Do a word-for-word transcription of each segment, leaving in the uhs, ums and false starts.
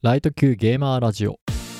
ライト級ゲーマーラジオ。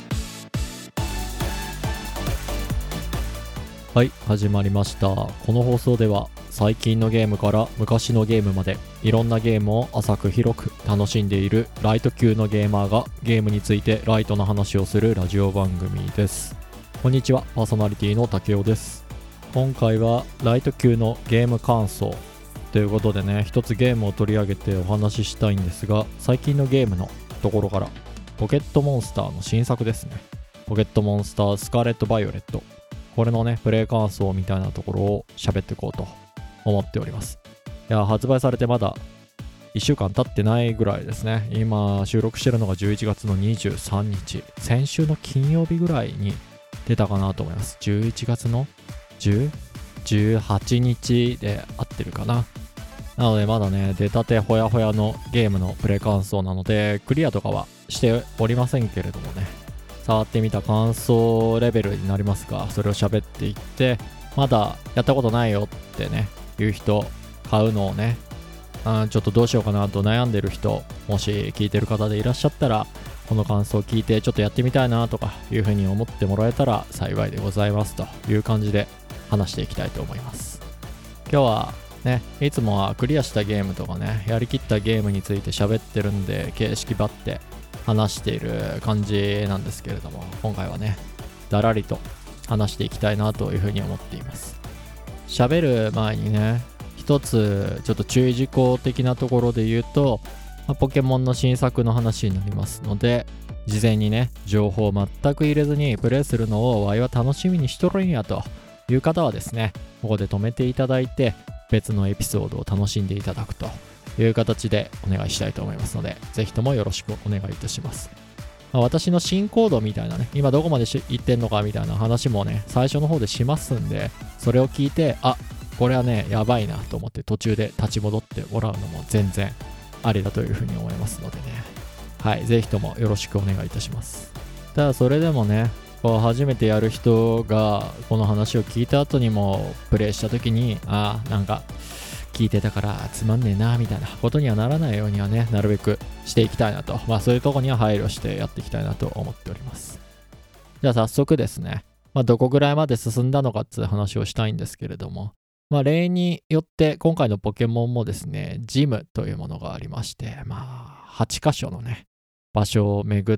はい、始まりました。この放送では最近のゲームから昔のゲームまでいろんなゲームを浅く広く楽しんでいるライト級のゲーマーがゲームについてライトな話をするラジオ番組です。こんにちは、パーソナリティの竹雄です。今回はライト級のゲーム感想ということでね、一つゲームを取り上げてお話ししたいんですが、最近のゲームのところからポケットモンスターの新作ですね。ポケットモンスタースカーレットバイオレット、これのねプレイ感想みたいなところを喋っていこうと思っております。いや、発売されてまだいっしゅうかん経ってないぐらいですね。今収録してるのがじゅういちがつのにじゅうさんにち、先週の金曜日ぐらいに出たかなと思います。じゅういちがつのじゅう、じゅうはちにちで合ってるかな。なのでまだね出たてほやほやのゲームのプレイ感想なので、クリアとかはしておりませんけれどもね、触ってみた感想レベルになりますが、それを喋っていって、まだやったことないよってねいう人、買うのをね、うん、ちょっとどうしようかなと悩んでる人、もし聞いてる方でいらっしゃったら、この感想を聞いてちょっとやってみたいなとかいうふうに思ってもらえたら幸いでございますという感じで話していきたいと思います。今日はね、いつもはクリアしたゲームとかね、やりきったゲームについて喋ってるんで、形式ばって話している感じなんですけれども、今回はねだらりと話していきたいなというふうに思っています。喋る前にね、一つちょっと注意事項的なところで言うと、まあ、ポケモンの新作の話になりますので、事前にね情報を全く入れずにプレイするのをわいは楽しみにしとるんやという方はですね、ここで止めていただいて別のエピソードを楽しんでいただくという形でお願いしたいと思いますので、ぜひともよろしくお願いいたします。まあ、私の進行度みたいなね、今どこまで行ってんのかみたいな話もね最初の方でしますんで、それを聞いて、あ、これはねやばいなと思って途中で立ち戻ってもらうのも全然ありだというふうに思いますのでね、はい、ぜひともよろしくお願いいたします。ただそれでもね、こう初めてやる人がこの話を聞いた後にもプレイした時に、あーなんか聞いてたからつまんねえなみたいなことにはならないようにはね、なるべくしていきたいなと、まあそういうとこには配慮してやっていきたいなと思っております。じゃあ早速ですね、まあどこぐらいまで進んだのかっていう話をしたいんですけれども、まあ例によって今回のポケモンもですね、ジムというものがありまして、まあはちかしょのね場所を巡って、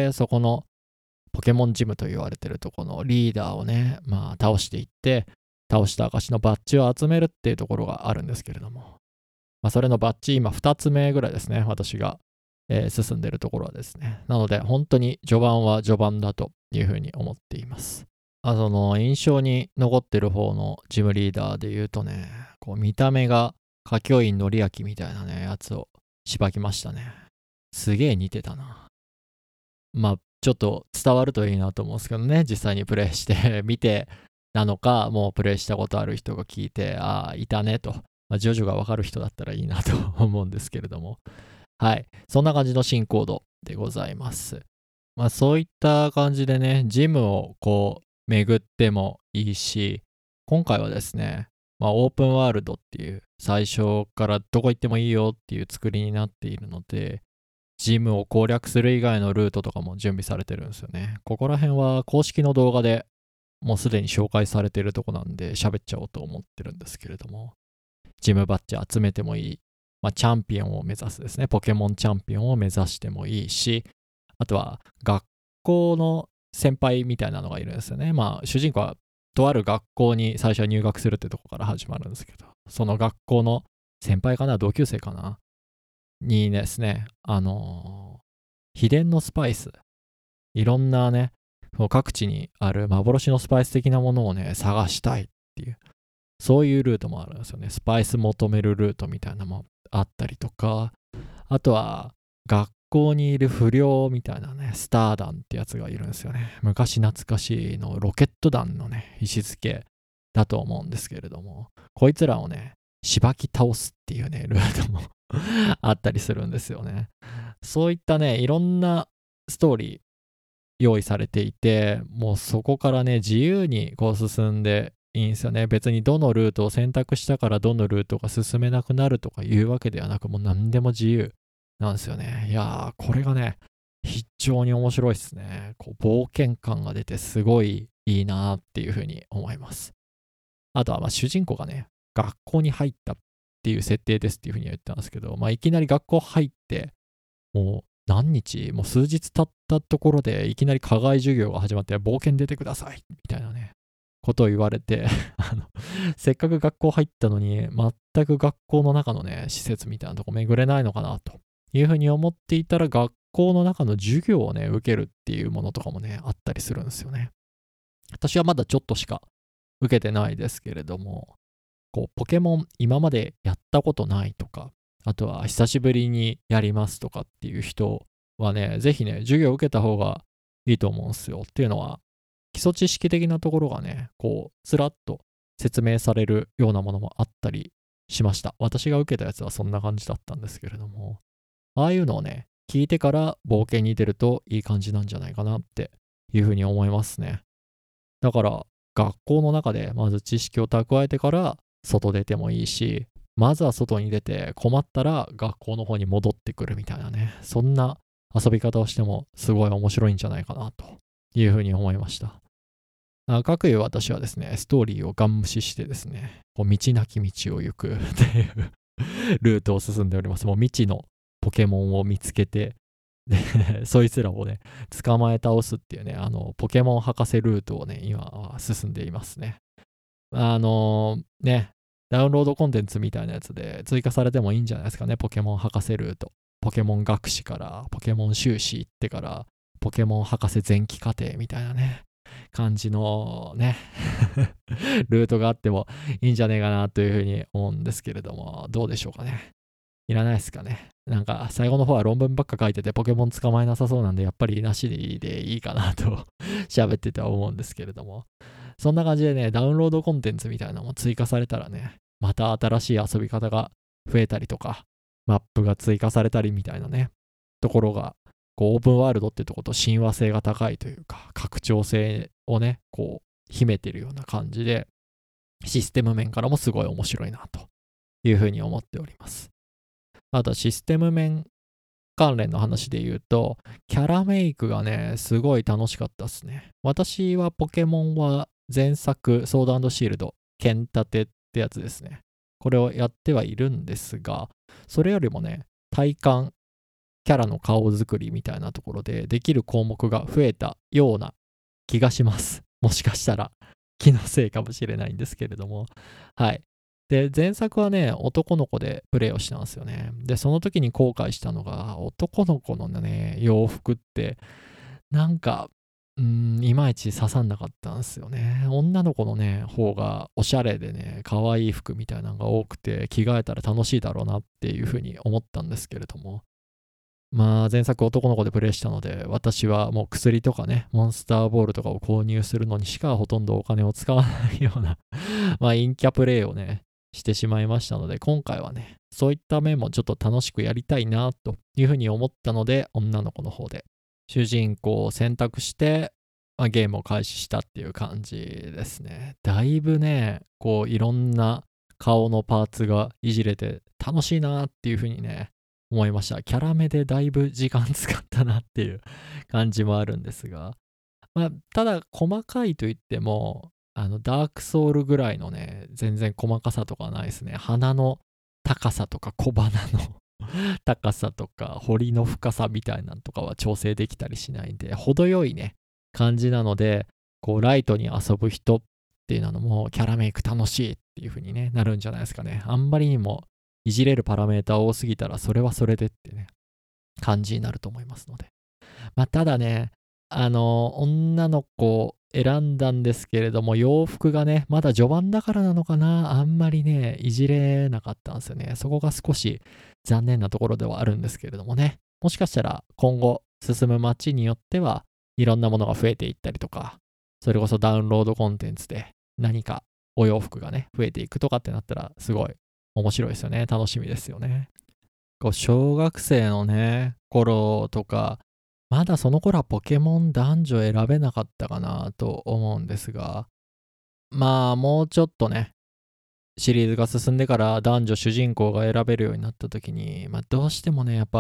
そこのポケモンジムと言われてるとこのリーダーをね、まあ倒していって、倒した証のバッジを集めるっていうところがあるんですけれども、まあ、それのバッジ今ふたつめぐらいですね、私が、えー進んでるところはですね。なので本当に序盤は序盤だというふうに思っています。あその印象に残ってる方のジムリーダーで言うとね、こう見た目が歌教員のりあきみたいなねやつをしばきましたね。すげえ似てたな。まあちょっと伝わるといいなと思うんですけどね、実際にプレイして見てなのか、もうプレイしたことある人が聞いて、ああいたねと、まあ、ジョジョがわかる人だったらいいなと思うんですけれども、はい、そんな感じの進行度でございます。まあそういった感じでね、ジムをこう巡ってもいいし、今回はですね、まあオープンワールドっていう最初からどこ行ってもいいよっていう作りになっているので、ジムを攻略する以外のルートとかも準備されてるんですよね。ここら辺は公式の動画でもうすでに紹介されているとこなんで喋っちゃおうと思ってるんですけれども、ジムバッジ集めてもいい、まあ、チャンピオンを目指すですね、ポケモンチャンピオンを目指してもいいし、あとは学校の先輩みたいなのがいるんですよね。まあ主人公はとある学校に最初は入学するってとこから始まるんですけど、その学校の先輩かな、同級生かなにですね、あのー秘伝のスパイス、いろんなね各地にある幻のスパイス的なものをね探したいっていう、そういうルートもあるんですよね。スパイス求めるルートみたいなのもあったりとか、あとは学校にいる不良みたいなね、スター団ってやつがいるんですよね。昔懐かしいのロケット団のね位置づけだと思うんですけれども、こいつらをねしばき倒すっていうねルートもあったりするんですよね。そういったねいろんなストーリー用意されていて、もうそこからね自由にこう進んでいいんですよね。別にどのルートを選択したからどのルートが進めなくなるとかいうわけではなく、もう何でも自由なんですよね。いやー、これがね非常に面白いですね。こう冒険感が出てすごいいいなっていうふうに思います。あとはまあ主人公がね、学校に入ったっていう設定ですっていうふうには言ったんですけど、まあ、いきなり学校入って、もう何日、もう数日経ったところでいきなり課外授業が始まって、冒険出てくださいみたいなね、ことを言われてあの、せっかく学校入ったのに、全く学校の中のね、施設みたいなとこ巡れないのかなというふうに思っていたら、学校の中の授業をね、受けるっていうものとかもね、あったりするんですよね。私はまだちょっとしか受けてないですけれども、こう、ポケモン今までやったことないとか、あとは久しぶりにやりますとかっていう人はね、ぜひね、授業を受けた方がいいと思うんですよ。っていうのは、基礎知識的なところがね、こう、つらっと説明されるようなものもあったりしました。私が受けたやつはそんな感じだったんですけれども、ああいうのをね、聞いてから冒険に出るといい感じなんじゃないかなっていうふうに思いますね。だから、学校の中でまず知識を蓄えてから外出てもいいし、まずは外に出て困ったら学校の方に戻ってくるみたいなね、そんな遊び方をしてもすごい面白いんじゃないかなというふうに思いました。あかくいう私はですね、ストーリーをガン無視してですね、こう道なき道を行くっていうルートを進んでおります。もう未知のポケモンを見つけて、でそいつらをね、捕まえ倒すっていうね、あの、ポケモン博士ルートをね、今は進んでいますね。あのーね、ダウンロードコンテンツみたいなやつで追加されてもいいんじゃないですかね、ポケモン博士ルート。ポケモン学士からポケモン修士行ってからポケモン博士前期課程みたいなね、感じのねルートがあってもいいんじゃねえかなというふうに思うんですけれども、どうでしょうかね。いらないですかね。なんか最後の方は論文ばっか書いててポケモン捕まえなさそうなんで、やっぱりなしでいいかなと喋ってては思うんですけれども。そんな感じでね、ダウンロードコンテンツみたいなのも追加されたらね、また新しい遊び方が増えたりとか、マップが追加されたりみたいなね、ところが、こうオープンワールドってとこと親和性が高いというか、拡張性をね、こう秘めてるような感じで、システム面からもすごい面白いなというふうに思っております。あとシステム面関連の話で言うと、キャラメイクがね、すごい楽しかったっすね。私はポケモンは前作、ソード&シールド、剣立てってやつですね。これをやってはいるんですが、それよりもね、体感、キャラの顔作りみたいなところでできる項目が増えたような気がします。もしかしたら気のせいかもしれないんですけれども。はい。で、前作はね、男の子でプレイをしたんですよね。で、その時に後悔したのが、男の子のね、洋服って、なんか、うーん、いまいち刺さんなかったんですよね。女の子のね、方がおしゃれでね、可愛い服みたいなのが多くて、着替えたら楽しいだろうなっていうふうに思ったんですけれども、まあ前作男の子でプレイしたので、私はもう薬とかね、モンスターボールとかを購入するのにしかほとんどお金を使わないようなまあ陰キャプレイをね、してしまいましたので、今回はね、そういった面もちょっと楽しくやりたいなというふうに思ったので、女の子の方で主人公を選択して、まあ、ゲームを開始したっていう感じですね。だいぶね、こういろんな顔のパーツがいじれて楽しいなっていうふうにね、思いました。キャラ目でだいぶ時間使ったなっていう感じもあるんですが、まあ、ただ細かいといっても、あの、ダークソウルぐらいのね、全然細かさとかはないですね。鼻の高さとか小鼻の高さとか、彫りの深さみたいなのとかは調整できたりしないんで、程よいね、感じなので、こう、ライトに遊ぶ人っていうのも、キャラメイク楽しいっていう風にね、なるんじゃないですかね。あんまりにもいじれるパラメータ多すぎたら、それはそれでってね、感じになると思いますので。まあ、ただね、あの、女の子を選んだんですけれども、洋服がね、まだ序盤だからなのかな、あんまりね、いじれなかったんですよね。そこが少し残念なところではあるんですけれどもね。もしかしたら今後進む街によってはいろんなものが増えていったりとか、それこそダウンロードコンテンツで何かお洋服がね、増えていくとかってなったらすごい面白いですよね。楽しみですよね。こう小学生のね、頃とか、まだその頃はポケモン男女選べなかったかなと思うんですが、まあもうちょっとね、シリーズが進んでから男女主人公が選べるようになった時に、まあどうしてもね、やっぱ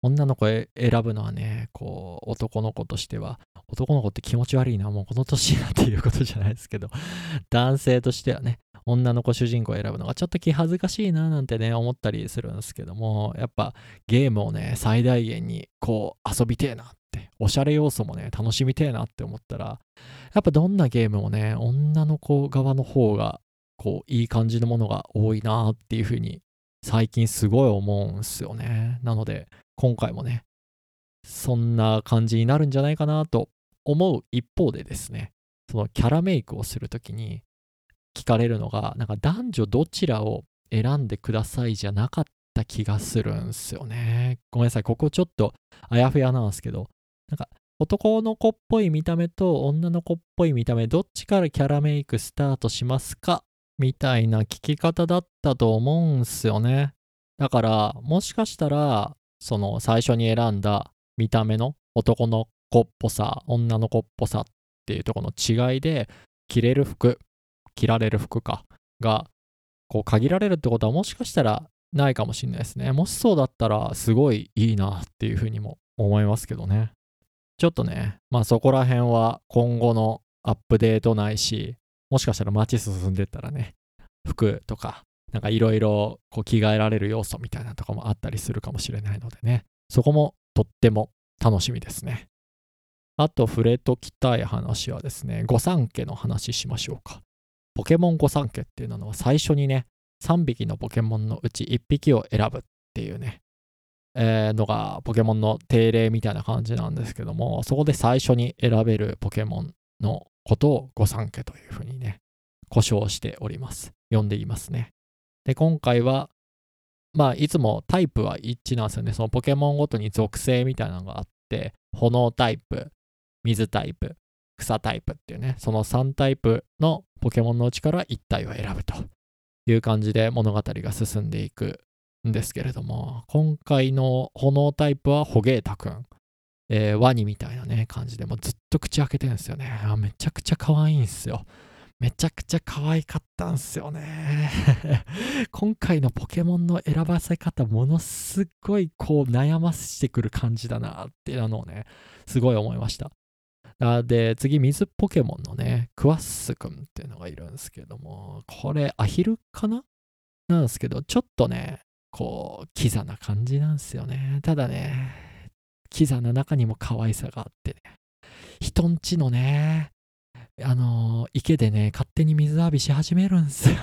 女の子選ぶのはね、こう、男の子としては、男の子って気持ち悪いな、もうこの年だっていうことじゃないですけど、男性としてはね、女の子主人公を選ぶのがちょっと気恥ずかしいななんてね、思ったりするんですけども、やっぱゲームをね、最大限にこう遊びてえなって、おしゃれ要素もね、楽しみてえなって思ったら、やっぱどんなゲームもね、女の子側の方が、こう、いい感じのものが多いなっていうふうに、最近すごい思うんすよね。なので、今回もね、そんな感じになるんじゃないかなと思う一方でですね、そのキャラメイクをするときに聞かれるのが、なんか男女どちらを選んでくださいじゃなかった気がするんすよね。ごめんなさい、ここちょっとあやふやなんですけど、なんか男の子っぽい見た目と女の子っぽい見た目、どっちからキャラメイクスタートしますかみたいな聞き方だったと思うんすよね。だから、もしかしたら、その最初に選んだ見た目の男の子っぽさ、女の子っぽさっていうところの違いで、着れる服、着られる服か、が、こう限られるってことはもしかしたらないかもしれないですね。もしそうだったら、すごいいいなっていうふうにも思いますけどね。ちょっとね、まあそこら辺は今後のアップデートないし、もしかしたら街進んでったらね、服とか、なんかいろいろ着替えられる要素みたいなとこもあったりするかもしれないのでね、そこもとっても楽しみですね。あと触れときたい話はですね、御三家の話しましょうか。ポケモン御三家っていうのは最初にね、さんびきのポケモンのうちいっぴきを選ぶっていうね、えー、のがポケモンの定例みたいな感じなんですけども、そこで最初に選べるポケモンのことを御三家というふうにね、呼称しております。呼んでいますね。で、今回は、まあ、いつもタイプは一致なんですよね。そのポケモンごとに属性みたいなのがあって、炎タイプ、水タイプ、草タイプっていうね、そのさんタイプのポケモンのうちからいち体を選ぶという感じで物語が進んでいくんですけれども、今回の炎タイプはホゲータくん。えー、ワニみたいなね、感じでもうずっと口開けてるんですよね。あ、めちゃくちゃ可愛いんですよ。めちゃくちゃ可愛かったんすよね。今回のポケモンの選ばせ方、ものすごいこう悩ませてくる感じだなっていうのをね、すごい思いました。で、次、水ポケモンのね、クワッスくんっていうのがいるんですけども、これ、アヒルかななんですけど、ちょっとね、こう、キザな感じなんですよね。ただね、キザな中にも可愛さがあってね、人んちのね、あのー、池でね、勝手に水浴びし始めるんすよ。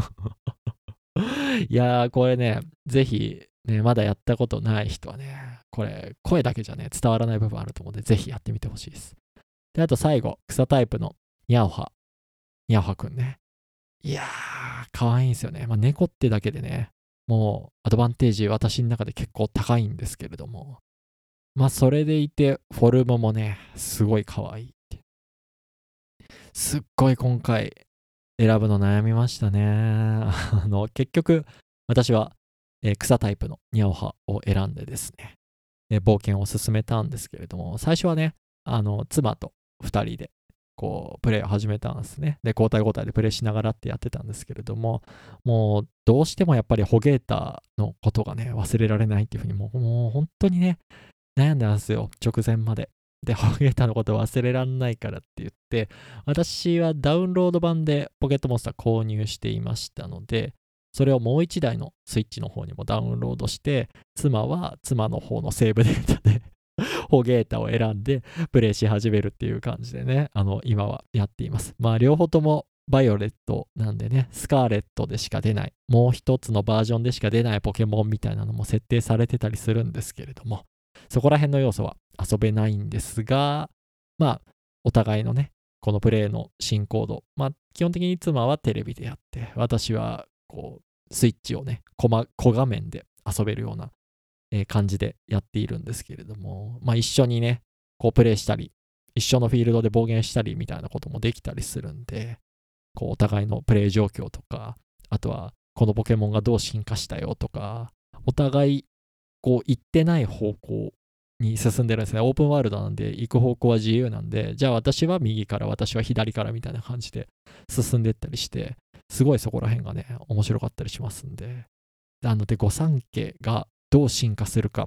いやー、これね、ぜひ、ね、まだやったことない人はね、これ、声だけじゃね、伝わらない部分あると思うんで、ぜひやってみてほしいです。で、あと最後、草タイプのニャオハ。ニャオハくんね。いやー、可愛いんですよね。まあ、猫ってだけでね、もう、アドバンテージ、私の中で結構高いんですけれども、まあ、それでいて、フォルムもね、すごい可愛いって。すっごい今回、選ぶの悩みましたね。あの、結局、私は、えー草タイプのニャオハを選んでですね、えー冒険を進めたんですけれども、最初はね、あの、妻とふたりで、こう、プレイを始めたんですね。で、交代交代でプレイしながらってやってたんですけれども、もう、どうしてもやっぱりホゲータのことがね、忘れられないっていうふうに、もう、もう本当にね、悩んでますよ、直前まで。で、ホゲータのこと忘れらんないからって言って、私はダウンロード版でポケットモンスター購入していましたので、それをもう一台のスイッチの方にもダウンロードして、妻は妻の方のセーブデータでホゲータを選んでプレイし始めるっていう感じでね、あの、今はやっています。まあ、両方ともバイオレットなんでね、スカーレットでしか出ない、もう一つのバージョンでしか出ないポケモンみたいなのも設定されてたりするんですけれども、そこら辺の要素は遊べないんですが、まあ、お互いのね、このプレイの進行度、まあ、基本的に妻はテレビでやって、私は、こう、スイッチをね、小画面で遊べるような、えー感じでやっているんですけれども、まあ、一緒にね、こう、プレイしたり、一緒のフィールドで暴言したりみたいなこともできたりするんで、こう、お互いのプレイ状況とか、あとは、このポケモンがどう進化したよとか、お互い、こう、行ってない方向に進んでるんですね。オープンワールドなんで、行く方向は自由なんで、じゃあ私は右から、私は左からみたいな感じで進んでいったりして、すごいそこら辺がね、面白かったりしますんで。なので、御三家がどう進化するかっ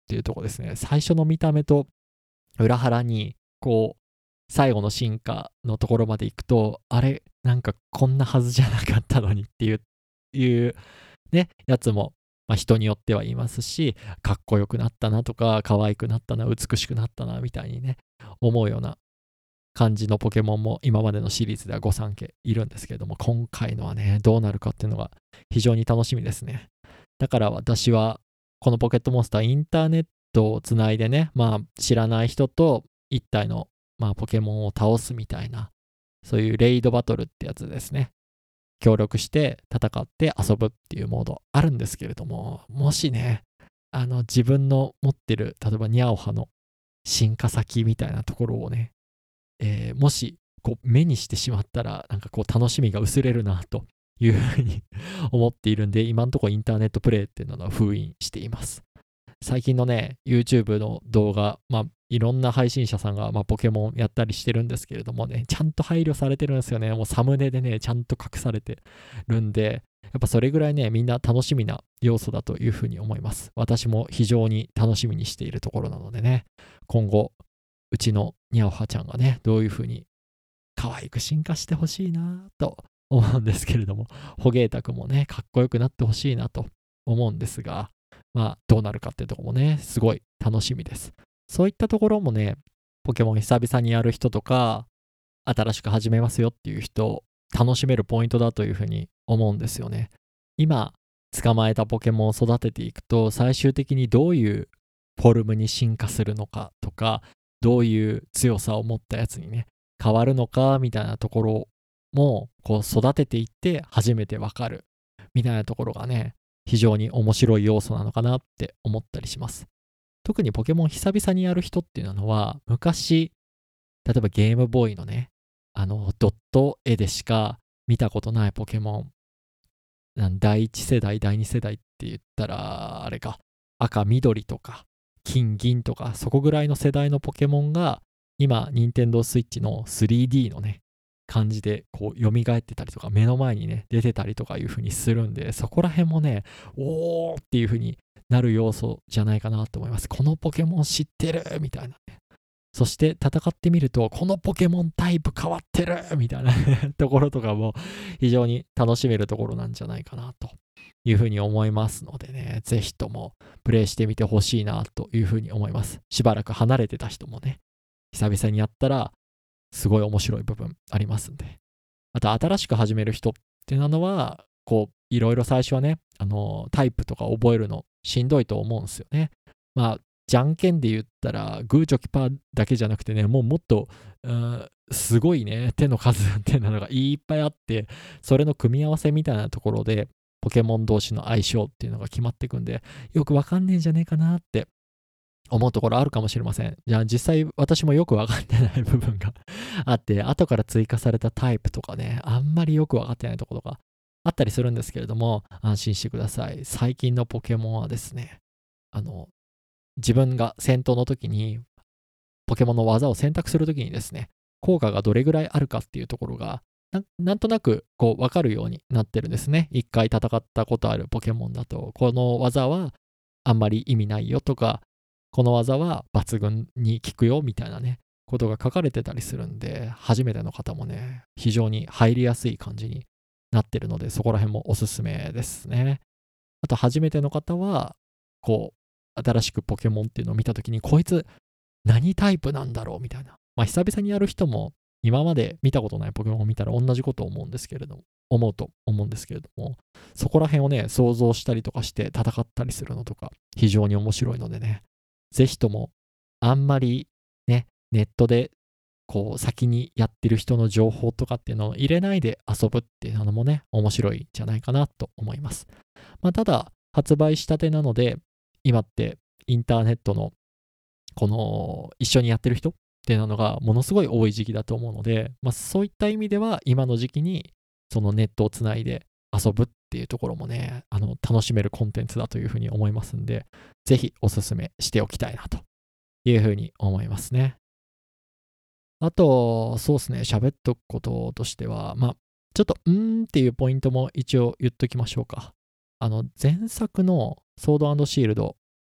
っていうところですね。最初の見た目と裏腹に、こう、最後の進化のところまで行くと、あれ、なんかこんなはずじゃなかったのにっていう、いうね、やつも、まあ、人によっては言いますし、かっこよくなったなとか、可愛くなったな、美しくなったな、みたいにね、思うような感じのポケモンも今までのシリーズではご、さんけいるんですけれども、今回のはね、どうなるかっていうのが非常に楽しみですね。だから私は、このポケットモンスター、インターネットをつないでね、まあ、知らない人と一体の、まあ、ポケモンを倒すみたいな、そういうレイドバトルってやつですね。協力して戦って遊ぶっていうモードあるんですけれども、もしね、あの自分の持ってる、例えばニャオハの進化先みたいなところをね、えーもしこう目にしてしまったら、なんかこう楽しみが薄れるなというふうに思っているんで、今のところインターネットプレイっていうのは封印しています。最近のね、YouTube の動画、まあ、いろんな配信者さんが、まあ、ポケモンやったりしてるんですけれどもね、ちゃんと配慮されてるんですよね。もうサムネでね、ちゃんと隠されてるんで、やっぱそれぐらいね、みんな楽しみな要素だというふうに思います。私も非常に楽しみにしているところなのでね、今後、うちのニャオハちゃんがね、どういうふうに可愛く進化してほしいなと思うんですけれども、ホゲータくんもね、かっこよくなってほしいなと思うんですが、まあ、どうなるかっていうところもね、すごい楽しみです。そういったところもね、ポケモン久々にやる人とか、新しく始めますよっていう人、楽しめるポイントだというふうに思うんですよね。今、捕まえたポケモンを育てていくと、最終的にどういうフォルムに進化するのかとか、どういう強さを持ったやつにね、変わるのかみたいなところも、こう育てていって初めてわかるみたいなところがね、非常に面白い要素なのかなって思ったりします。特にポケモン久々にやる人っていうのは、昔、例えばゲームボーイのね、あの、ドット絵でしか見たことないポケモン、なん第一世代、第二世代って言ったら、あれか、赤、緑とか、金、銀とか、そこぐらいの世代のポケモンが、今、任天堂スイッチの スリーディー のね、感じでこう蘇ってたりとか目の前にね出てたりとかいう風にするんで、そこら辺もねおーっていう風になる要素じゃないかなと思います。このポケモン知ってるみたいなね。そして戦ってみるとこのポケモンタイプ変わってるみたいなところとかも非常に楽しめるところなんじゃないかなという風に思いますのでね、ぜひともプレイしてみてほしいなという風に思います。しばらく離れてた人もね、久々にやったらすごい面白い部分ありますんで。あと新しく始める人っていうのは、こう、いろいろ最初はね、あの、タイプとか覚えるのしんどいと思うんですよね。まあ、じゃんけんで言ったら、グーチョキパーだけじゃなくてね、もうもっと、うん、すごいね、手の数っていうのがいっぱいあって、それの組み合わせみたいなところで、ポケモン同士の相性っていうのが決まっていくんで、よくわかんねえんじゃねえかなって思うところあるかもしれません。じゃあ実際私もよく分かってない部分があって、後から追加されたタイプとかね、あんまりよく分かってないところがあったりするんですけれども、安心してください。最近のポケモンはですね、あの、自分が戦闘の時に、ポケモンの技を選択する時にですね、効果がどれぐらいあるかっていうところが、な, なんとなくこう分かるようになってるんですね。一回戦ったことあるポケモンだと、この技はあんまり意味ないよとか、この技は抜群に効くよみたいなね、ことが書かれてたりするんで、初めての方もね、非常に入りやすい感じになってるので、そこら辺もおすすめですね。あと、初めての方は、こう、新しくポケモンっていうのを見たときに、こいつ何タイプなんだろうみたいな。まあ、久々にやる人も、今まで見たことないポケモンを見たら同じことを思うんですけれども、思うと思うんですけれども、そこら辺をね、想像したりとかして戦ったりするのとか、非常に面白いのでね、ぜひとも、あんまりね、ネットでこう先にやってる人の情報とかっていうのを入れないで遊ぶっていうのもね、面白いんじゃないかなと思います。まあ、ただ、発売したてなので、今ってインターネットのこの一緒にやってる人っていうのがものすごい多い時期だと思うので、まあ、そういった意味では今の時期にそのネットをつないで遊ぶっていうところもね、あの楽しめるコンテンツだというふうに思いますんで、ぜひおすすめしておきたいなというふうに思いますね。あと、そうですね、喋っとくこととしては、まあ、ちょっとうーんっていうポイントも一応言っときましょうか。あの、前作のソード&シールド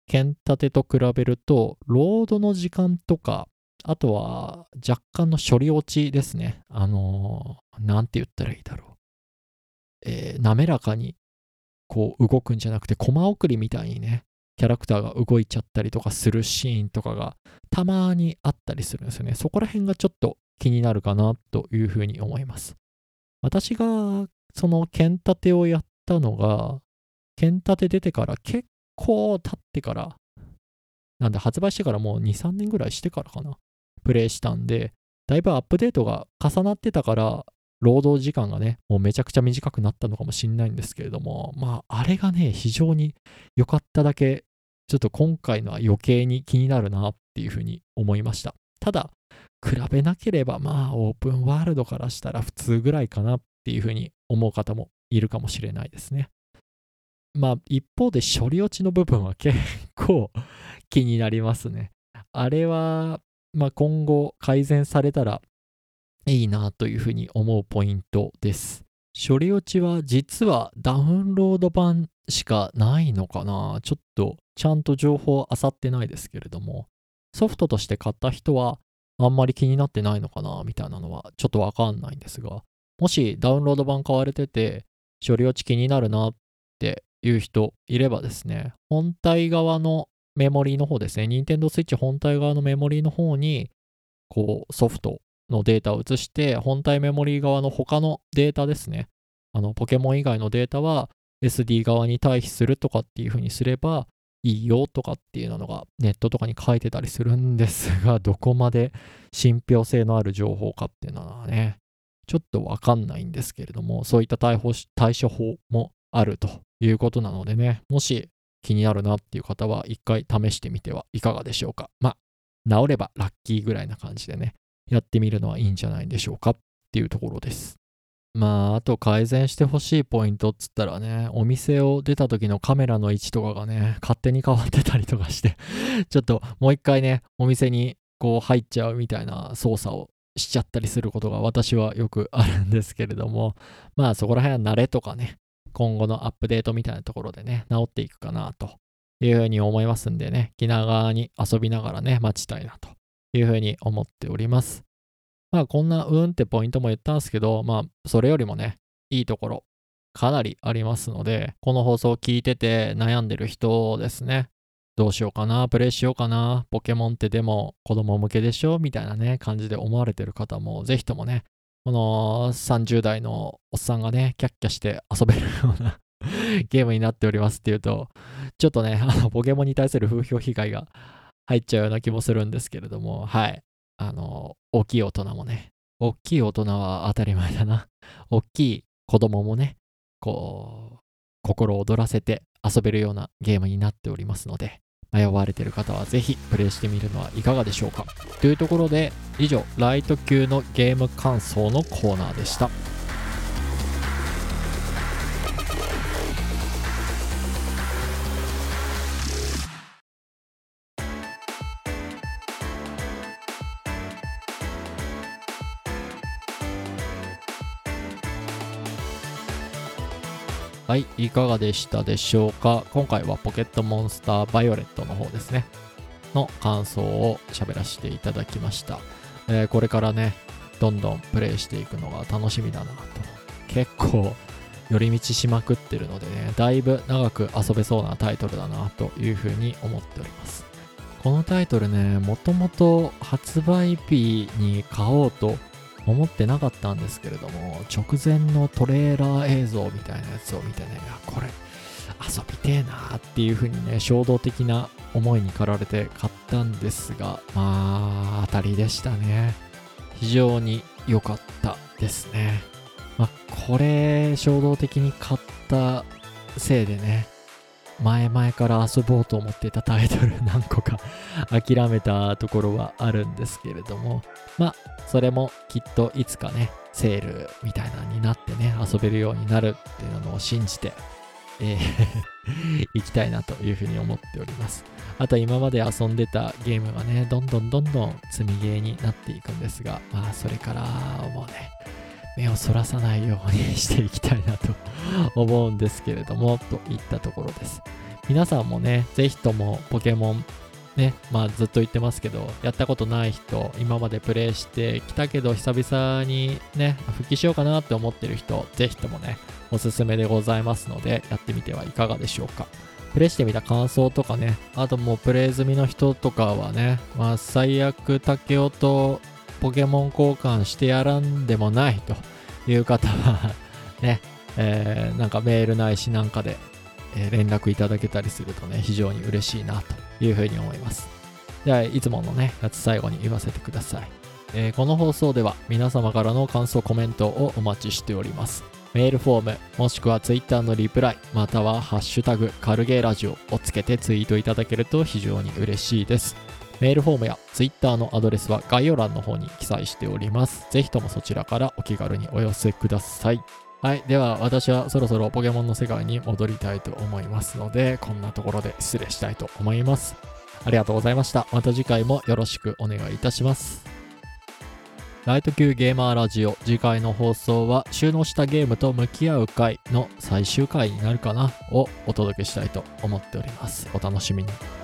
剣立てと比べると、ロードの時間とか、あとは若干の処理落ちですね。あのー、なんて言ったらいいだろう。えー、滑らかにこう動くんじゃなくて、コマ送りみたいにね、キャラクターが動いちゃったりとかするシーンとかがたまにあったりするんですよね。そこら辺がちょっと気になるかなというふうに思います。私がその剣立てをやったのが、剣立て出てから結構経ってから、なんで発売してからもうに、さんねんぐらいしてからかな、プレイしたんで、だいぶアップデートが重なってたから、労働時間がね、もうめちゃくちゃ短くなったのかもしんないんですけれども、まあ、あれがね、非常に良かっただけ、ちょっと今回のは余計に気になるなっていうふうに思いました。ただ、比べなければ、まあ、オープンワールドからしたら普通ぐらいかなっていうふうに思う方もいるかもしれないですね。まあ、一方で処理落ちの部分は結構気になりますね。あれは、まあ、今後改善されたらいいなというふうに思うポイントです。処理落ちは実はダウンロード版しかないのかな。ちょっとちゃんと情報漁ってないですけれども、ソフトとして買った人はあんまり気になってないのかなみたいなのはちょっとわかんないんですが、もしダウンロード版買われてて処理落ち気になるなっていう人いればですね、本体側のメモリーの方ですね、Nintendo Switch 本体側のメモリーの方にこうソフトのデータを移して、本体メモリー側の他のデータですね、あのポケモン以外のデータは エスディー 側に対比するとかっていう風にすればいいよとかっていうのがネットとかに書いてたりするんですが、どこまで信憑性のある情報かっていうのはね、ちょっとわかんないんですけれども、そういった対処法もあるということなのでね、もし気になるなっていう方は一回試してみてはいかがでしょうか。まあ、治ればラッキーぐらいな感じでね、やってみるのはいいんじゃないでしょうかっていうところです。まあ、あと改善してほしいポイントっつったらね、お店を出た時のカメラの位置とかがね、勝手に変わってたりとかして、ちょっともう一回ね、お店にこう入っちゃうみたいな操作をしちゃったりすることが私はよくあるんですけれども、まあそこら辺は慣れとかね、今後のアップデートみたいなところでね、直っていくかなというふうに思いますんでね、気長に遊びながらね、待ちたいなというふうに思っております。まあこんなうんってポイントも言ったんですけど、まあそれよりもね、いいところかなりありますので、この放送を聞いてて悩んでる人ですね、どうしようかな、プレイしようかな、ポケモンってでも子供向けでしょみたいなね、感じで思われてる方も、ぜひともね、このさんじゅう代のおっさんがね、キャッキャして遊べるようなゲームになっておりますっていうと、ちょっとね、あの、ポケモンに対する風評被害が入っちゃうような気もするんですけれども、はい。あの、大きい大人もね、大きい大人は当たり前だな。大きい子供もね、こう、心躍らせて遊べるようなゲームになっておりますので、迷われている方はぜひプレイしてみるのはいかがでしょうか。というところで、以上、ライト級のゲーム感想のコーナーでした。はい、いかがでしたでしょうか。今回はポケットモンスターバイオレットの方ですね、の感想を喋らせていただきました。えー、これからね、どんどんプレイしていくのが楽しみだなと。結構寄り道しまくってるのでね、だいぶ長く遊べそうなタイトルだなというふうに思っております。このタイトルね、もともと発売日に買おうと思ってなかったんですけれども、直前のトレーラー映像みたいなやつを見てね、これ遊びてえなーっていう風にね、衝動的な思いに駆られて買ったんですが、まあ当たりでしたね。非常に良かったですね。まあこれ衝動的に買ったせいでね、前々から遊ぼうと思っていたタイトル何個か諦めたところはあるんですけれども、まあそれもきっといつかね、セールみたいなのになってね、遊べるようになるっていうのを信じて、えー、行きたいなというふうに思っております。あと今まで遊んでたゲームがね、どんどんどんどん積みゲーになっていくんですが、まあそれからもうね、目をそらさないようにしていきたいなと思うんですけれども、といったところです。 皆さんもね、ぜひともポケモンね、まあずっと言ってますけど、やったことない人、今までプレイしてきたけど久々にね、復帰しようかなって思ってる人、ぜひともね、おすすめでございますので、やってみてはいかがでしょうか。プレイしてみた感想とかね、あともうプレイ済みの人とかはね、まあ最悪竹雄とポケモン交換してやらんでもないという方はね、えー、なんかメールないしなんかで、えー、連絡いただけたりするとね、非常に嬉しいなというふうに思います。じゃあいつものね、やつ最後に言わせてください。えー、この放送では皆様からの感想コメントをお待ちしております。メールフォームもしくはツイッターのリプライまたはハッシュタグカルゲーラジオをつけてツイートいただけると非常に嬉しいです。メールフォームやツイッターのアドレスは概要欄の方に記載しております。ぜひともそちらからお気軽にお寄せください。はい、では私はそろそろポケモンの世界に戻りたいと思いますので、こんなところで失礼したいと思います。ありがとうございました。また次回もよろしくお願いいたします。ライト級ゲーマーラジオ、次回の放送は収納したゲームと向き合う回の最終回になるかなをお届けしたいと思っております。お楽しみに。